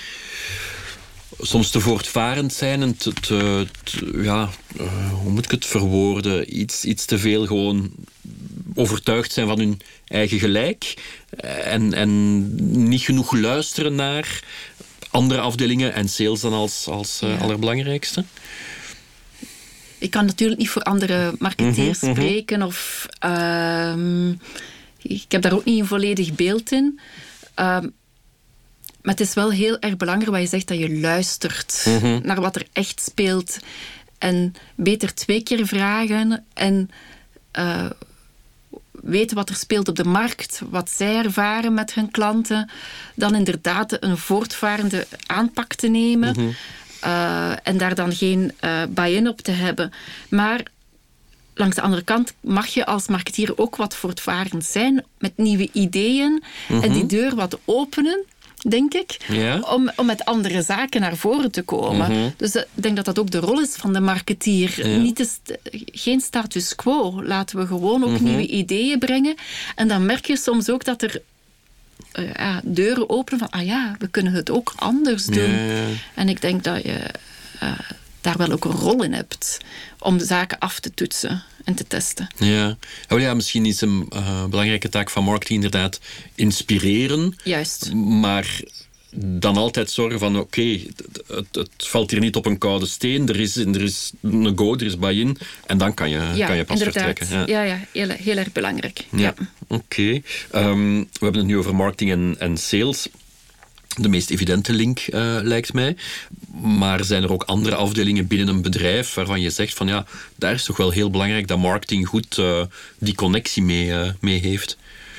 soms te voortvarend zijn en te... te, te ja, uh, hoe moet ik het verwoorden? Iets, iets te veel gewoon overtuigd zijn van hun eigen gelijk en, en niet genoeg luisteren naar andere afdelingen en sales dan als, als uh, ja. allerbelangrijkste? Ik kan natuurlijk niet voor andere marketeers mm-hmm, spreken mm-hmm. of uh, ik heb daar ook niet een volledig beeld in. Uh, maar het is wel heel erg belangrijk wat je zegt, dat je luistert mm-hmm. naar wat er echt speelt en beter twee keer vragen en uh, weten wat er speelt op de markt, wat zij ervaren met hun klanten, dan inderdaad een voortvarende aanpak te nemen mm-hmm. uh, en daar dan geen uh, buy-in op te hebben. Maar langs de andere kant mag je als marketeer ook wat voortvarend zijn met nieuwe ideeën mm-hmm. en die deur wat openen, denk ik, ja. om, om met andere zaken naar voren te komen. Mm-hmm. Dus uh, ik denk dat dat ook de rol is van de marketeer. Ja. Niet de st- geen status quo. Laten we gewoon ook mm-hmm. nieuwe ideeën brengen. En dan merk je soms ook dat er uh, ja, deuren openen van, ah ja, we kunnen het ook anders doen. Ja, ja. En ik denk dat je uh, daar wel ook een rol in hebt om de zaken af te toetsen en te testen. Ja, oh ja, misschien is een uh, belangrijke taak van marketing inderdaad inspireren. Juist. Maar dan altijd zorgen van, oké, okay, het, het valt hier niet op een koude steen, er is, er is een go, er is buy-in, en dan kan je, ja, kan je pas inderdaad. vertrekken. Ja, ja, ja heel, heel erg belangrijk. Ja, ja. Oké. Okay. Um, we hebben het nu over marketing en, en sales. de meest evidente link, uh, lijkt mij. Maar zijn er ook andere afdelingen binnen een bedrijf waarvan je zegt van ja, daar is toch wel heel belangrijk dat marketing goed uh, die connectie mee, uh, mee heeft?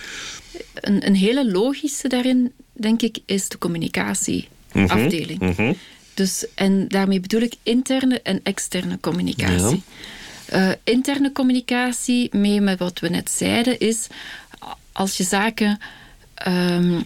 Een, een hele logische daarin, denk ik, is de communicatieafdeling. Mm-hmm. Mm-hmm. Dus, en daarmee bedoel ik interne en externe communicatie. Ja. Uh, interne communicatie, mee met wat we net zeiden, is als je zaken um,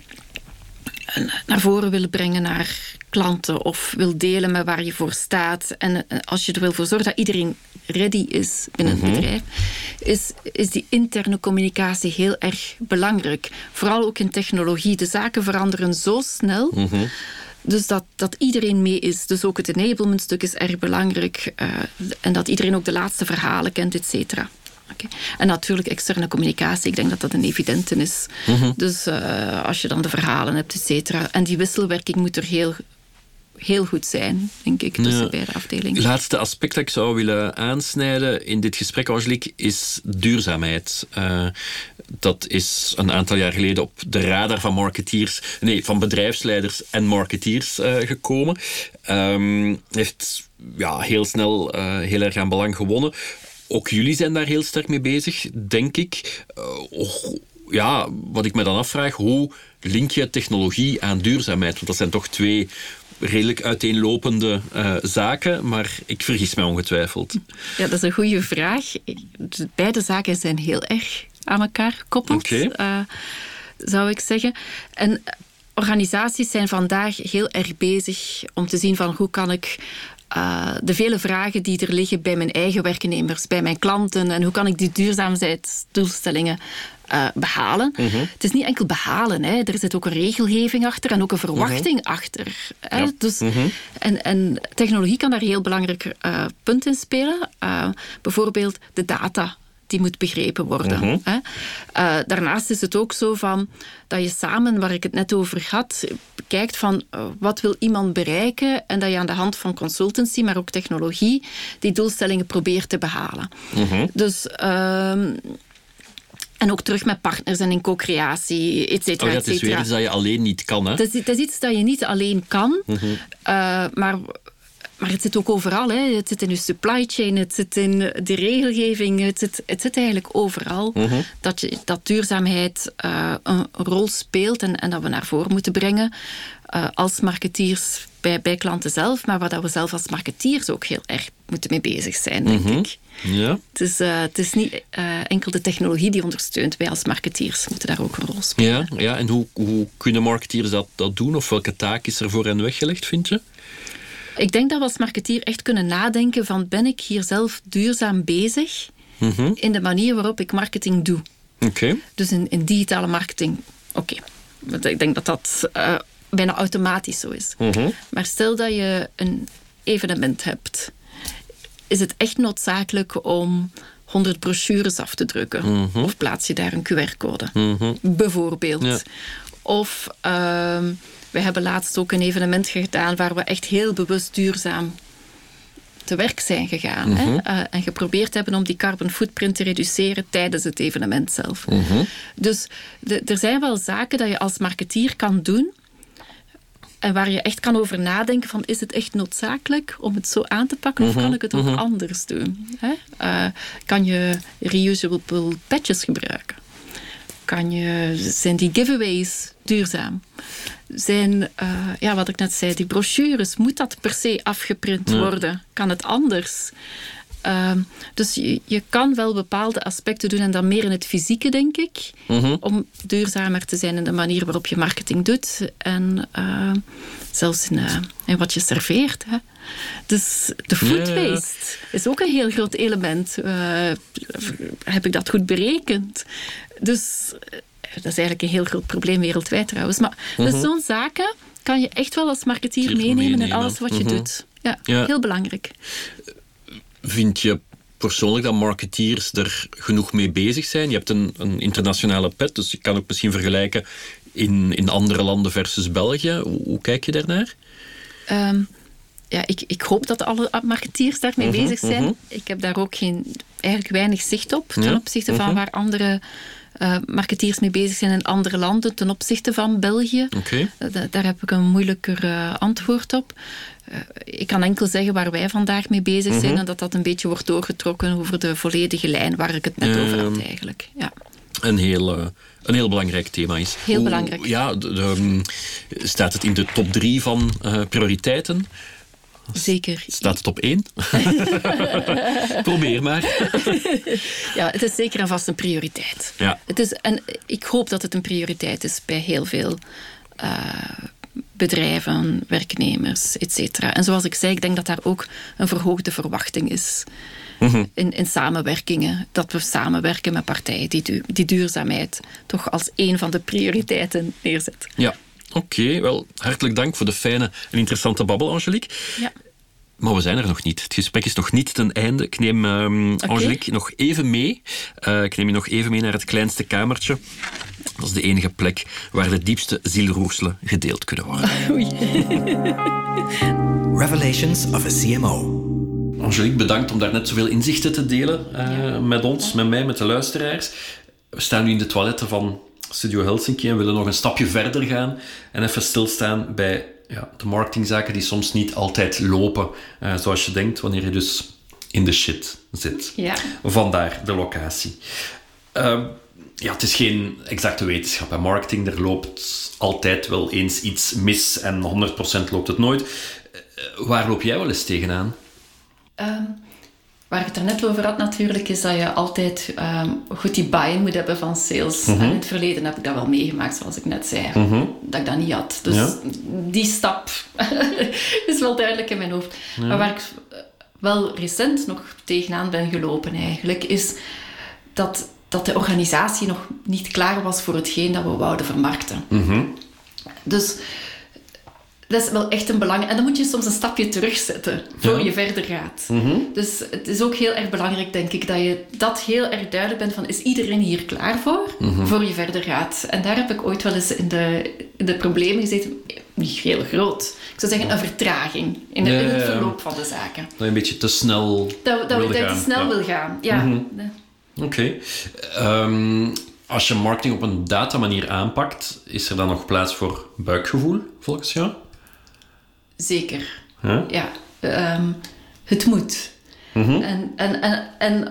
naar voren wil brengen naar klanten of wil delen met waar je voor staat. En als je er wil voor zorgen dat iedereen ready is binnen mm-hmm. het bedrijf, is, is die interne communicatie heel erg belangrijk. Vooral ook in technologie. De zaken veranderen zo snel. Mm-hmm. Dus dat, dat iedereen mee is. Dus ook het enablement stuk is erg belangrijk. Uh, en dat iedereen ook de laatste verhalen kent, et cetera. Okay. En natuurlijk externe communicatie, ik denk dat dat een evidente is. Mm-hmm. Dus uh, als je dan de verhalen hebt, et cetera. En die wisselwerking moet er heel, heel goed zijn, denk ik, tussen ja. beide afdelingen. Het laatste aspect dat ik zou willen aansnijden in dit gesprek, Angelique, is duurzaamheid. Uh, dat is een aantal jaar geleden op de radar van marketeers, nee, van bedrijfsleiders en marketeers uh, gekomen. Um, heeft ja, heel snel uh, heel erg aan belang gewonnen. Ook jullie zijn daar heel sterk mee bezig, denk ik. Uh, oh, ja, wat ik me dan afvraag, hoe link je technologie aan duurzaamheid? Want dat zijn toch twee redelijk uiteenlopende uh, zaken, maar ik vergis mij ongetwijfeld. Ja, dat is een goede vraag. Beide zaken zijn heel erg aan elkaar gekoppeld, okay. uh, zou ik zeggen. En organisaties zijn vandaag heel erg bezig om te zien van hoe kan ik Uh, de vele vragen die er liggen bij mijn eigen werknemers, bij mijn klanten, en hoe kan ik die duurzaamheidsdoelstellingen uh, behalen. Uh-huh. Het is niet enkel behalen, hè. Er zit ook een regelgeving achter en ook een verwachting uh-huh. achter. Hè. Ja. Dus, uh-huh. en, en technologie kan daar een heel belangrijk uh, punt in spelen. Uh, bijvoorbeeld de data. Die moet begrepen worden. Uh-huh. Hè. Uh, daarnaast is het ook zo van dat je samen, waar ik het net over had, kijkt van uh, wat wil iemand bereiken en dat je aan de hand van consultancy, maar ook technologie, die doelstellingen probeert te behalen. Uh-huh. Dus uh, en ook terug met partners en in co-creatie, et cetera. Oh ja, het is weer iets dat je alleen niet kan, hè? Het is, het is iets dat je niet alleen kan, uh-huh. uh, maar Maar het zit ook overal. Hè. Het zit in je supply chain, het zit in de regelgeving, het zit, het zit eigenlijk overal. Uh-huh. Dat, je, dat duurzaamheid uh, een rol speelt en, en dat we naar voren moeten brengen uh, als marketeers bij, bij klanten zelf, maar waar dat we zelf als marketeers ook heel erg moeten mee bezig zijn, denk uh-huh. ik. Ja. Het, is, uh, het is niet uh, enkel de technologie die ondersteunt. Wij als marketeers moeten daar ook een rol spelen. Ja, ja. En hoe, hoe kunnen marketeers dat, dat doen? Of welke taak is er voor hen weggelegd, vind je? Ik denk dat we als marketeer echt kunnen nadenken van ben ik hier zelf duurzaam bezig mm-hmm. in de manier waarop ik marketing doe. Okay. Dus in, in digitale marketing. Oké, okay. Ik denk dat dat uh, bijna automatisch zo is. Mm-hmm. Maar stel dat je een evenement hebt. Is het echt noodzakelijk om honderd brochures af te drukken? Mm-hmm. Of plaats je daar een Q R-code? Mm-hmm. Bijvoorbeeld. Ja. Of Uh, we hebben laatst ook een evenement gedaan waar we echt heel bewust duurzaam te werk zijn gegaan. Mm-hmm. Hè? Uh, en geprobeerd hebben om die carbon footprint te reduceren tijdens het evenement zelf. Mm-hmm. Dus de, er zijn wel zaken dat je als marketeer kan doen en waar je echt kan over nadenken van is het echt noodzakelijk om het zo aan te pakken mm-hmm. of kan ik het ook mm-hmm. anders doen? Hè? Uh, kan je reusable patches gebruiken? Kan je, zijn die giveaways duurzaam? Zijn, uh, ja, wat ik net zei, die brochures, moet dat per se afgeprint ja. worden? Kan het anders? Uh, dus je, je kan wel bepaalde aspecten doen en dan meer in het fysieke, denk ik, mm-hmm. om duurzamer te zijn in de manier waarop je marketing doet en uh, zelfs in, uh, in wat je serveert. Hè. Dus de food waste ja. is ook een heel groot element. Uh, heb ik dat goed berekend? Dus dat is eigenlijk een heel groot probleem wereldwijd trouwens. Maar mm-hmm. dus zo'n zaken kan je echt wel als marketeer meenemen, meenemen in alles wat mm-hmm. je doet. Ja, ja, heel belangrijk. Vind je persoonlijk dat marketeers er genoeg mee bezig zijn? Je hebt een, een internationale pet, dus je kan ook misschien vergelijken in, in andere landen versus België. Hoe, hoe kijk je daarnaar? Um, ja, ik, ik hoop dat alle marketeers daarmee mm-hmm, bezig zijn. Mm-hmm. Ik heb daar ook geen eigenlijk weinig zicht op ten Ja? opzichte van Mhm. waar andere uh, marketeers mee bezig zijn in andere landen ten opzichte van België. Okay. Uh, da- daar heb ik een moeilijker uh, antwoord op. Uh, ik kan enkel zeggen waar wij vandaag mee bezig zijn Mhm. en dat dat een beetje wordt doorgetrokken over de volledige lijn waar ik het net Uh, over had eigenlijk. Ja. Een heel, uh, een heel belangrijk thema is. Heel Hoe, belangrijk. Ja, de, de, um, staat het in de top drie van uh, prioriteiten? Zeker. Staat het op één? Probeer maar. Ja, het is zeker en vast een prioriteit. Ja. Het is, en ik hoop dat het een prioriteit is bij heel veel uh, bedrijven, werknemers, et cetera. En zoals ik zei, ik denk dat daar ook een verhoogde verwachting is. Mm-hmm. In, in samenwerkingen, dat we samenwerken met partijen die, du- die duurzaamheid toch als een van de prioriteiten neerzetten. Ja. Oké, okay, wel, hartelijk dank voor de fijne en interessante babbel, Angelique. Ja. Maar we zijn er nog niet. Het gesprek is nog niet ten einde. Ik neem um, okay. Angelique nog even mee. Uh, ik neem je nog even mee naar het kleinste kamertje. Dat is de enige plek waar de diepste zielroerselen gedeeld kunnen worden. Oei. Revelations of a C M O. Angelique, bedankt om daar net zoveel inzichten te delen uh, ja. met ons, met mij, met de luisteraars. We staan nu in de toiletten van Studio Helsinki en willen nog een stapje verder gaan en even stilstaan bij ja, de marketingzaken die soms niet altijd lopen uh, zoals je denkt wanneer je dus in de shit zit. Ja. Vandaar de locatie. Uh, ja, het is geen exacte wetenschap. Hè. Marketing, er loopt altijd wel eens iets mis en honderd procent loopt het nooit. Uh, waar loop jij wel eens tegenaan? Um, waar ik het er net over had natuurlijk, is dat je altijd um, goed die buy-in moet hebben van sales. Mm-hmm. En in het verleden heb ik dat wel meegemaakt, zoals ik net zei. Mm-hmm. Dat ik dat niet had. Dus ja. die stap is wel duidelijk in mijn hoofd. Ja. Maar waar ik wel recent nog tegenaan ben gelopen eigenlijk, is dat, dat de organisatie nog niet klaar was voor hetgeen dat we wouden vermarkten. Mm-hmm. Dus dat is wel echt een belang. En dan moet je soms een stapje terugzetten voor ja. je verder gaat. Mm-hmm. Dus het is ook heel erg belangrijk, denk ik, dat je dat heel erg duidelijk bent van, is iedereen hier klaar voor? Mm-hmm. Voor je verder gaat. En daar heb ik ooit wel eens in de, in de problemen gezeten. Niet heel groot. Ik zou zeggen, een vertraging in, de, ja, in het verloop van de zaken. Dat je een beetje te snel dat, dat wil dat gaan. te snel ja. wil gaan. Ja. Mm-hmm. Oké. Okay. Um, als je marketing op een datamanier aanpakt, is er dan nog plaats voor buikgevoel, volgens jou? Zeker. Huh? Ja. Um, het moet. Mm-hmm. En, en, en, en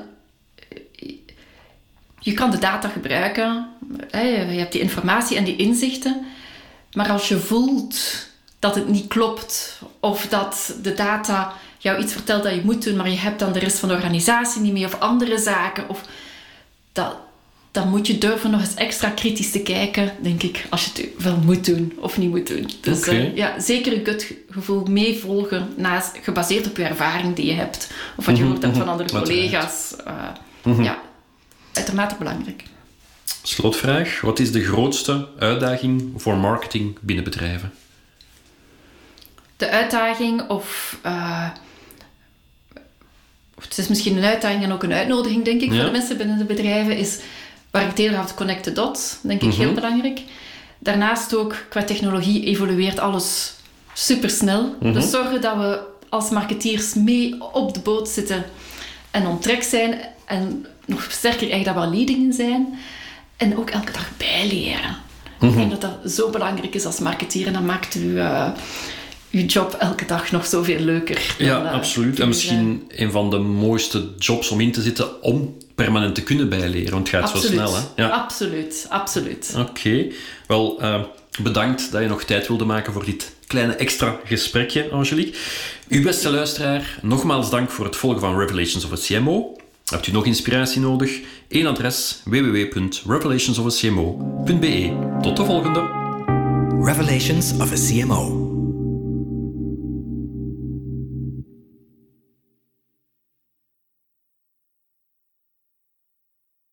je kan de data gebruiken. Hè, je hebt die informatie en die inzichten. Maar als je voelt dat het niet klopt, of dat de data jou iets vertelt dat je moet doen, maar je hebt dan de rest van de organisatie niet meer, of andere zaken, of dat, dan moet je durven nog eens extra kritisch te kijken, denk ik, als je het wel moet doen of niet moet doen. Dus okay. uh, ja, zeker een gutgevoel meevolgen, naast, gebaseerd op je ervaring die je hebt, of wat je hoort hebt van andere collega's. Uh, mm-hmm. Ja, uitermate belangrijk. Slotvraag. Wat is de grootste uitdaging voor marketing binnen bedrijven? De uitdaging of... Uh, het is misschien een uitdaging en ook een uitnodiging, denk ik, ja. voor de mensen binnen de bedrijven, is waar ik het heel had, connect the dots, denk ik, mm-hmm. heel belangrijk. Daarnaast ook, qua technologie evolueert alles supersnel. Mm-hmm. Dus zorgen dat we als marketeers mee op de boot zitten en on track zijn en nog sterker eigenlijk dat we leading in zijn. En ook elke dag bijleren. Mm-hmm. Ik denk dat dat zo belangrijk is als marketeer en dat maakt u... Uh, je job elke dag nog zoveel leuker. Ja, dan, uh, absoluut. En misschien een van de mooiste jobs om in te zitten om permanent te kunnen bijleren. Want het gaat absoluut. zo snel, hè? Ja. Absoluut, absoluut. Oké. Okay. Wel, uh, bedankt dat je nog tijd wilde maken voor dit kleine extra gesprekje, Angelique. Uw beste luisteraar, nogmaals dank voor het volgen van Revelations of a C M O. Hebt u nog inspiratie nodig? Eén adres, w w w punt revelations of a c m o punt b e. Tot de volgende. Revelations of a C M O.